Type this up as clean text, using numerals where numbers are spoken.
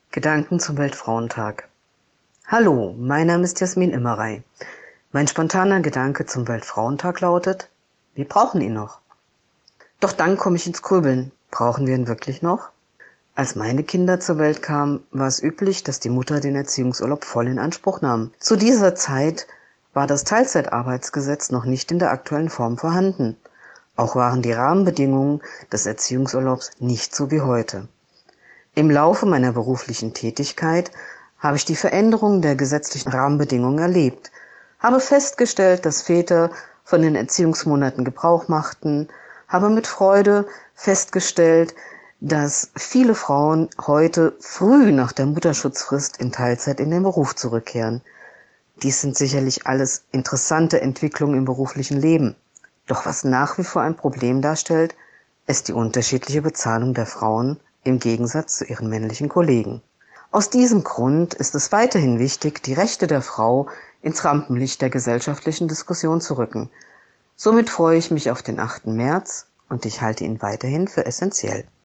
Gedanken zum Weltfrauentag. Hallo, mein Name ist Jasmin Immerey. Mein spontaner Gedanke zum Weltfrauentag lautet: Wir brauchen ihn noch. Doch dann komme ich ins Grübeln. Brauchen wir ihn wirklich noch? Als meine Kinder zur Welt kamen, war es üblich, dass die Mutter den Erziehungsurlaub voll in Anspruch nahm. Zu dieser Zeit war das Teilzeitarbeitsgesetz noch nicht in der aktuellen Form vorhanden. Auch waren die Rahmenbedingungen des Erziehungsurlaubs nicht so wie heute. Im Laufe meiner beruflichen Tätigkeit habe ich die Veränderung der gesetzlichen Rahmenbedingungen erlebt, habe festgestellt, dass Väter von den Erziehungsmonaten Gebrauch machten, habe mit Freude festgestellt, dass viele Frauen heute früh nach der Mutterschutzfrist in Teilzeit in den Beruf zurückkehren. Dies sind sicherlich alles interessante Entwicklungen im beruflichen Leben. Doch was nach wie vor ein Problem darstellt, ist die unterschiedliche Bezahlung der Frauen im Gegensatz zu ihren männlichen Kollegen. Aus diesem Grund ist es weiterhin wichtig, die Rechte der Frau ins Rampenlicht der gesellschaftlichen Diskussion zu rücken. Somit freue ich mich auf den 8. März und ich halte ihn weiterhin für essentiell.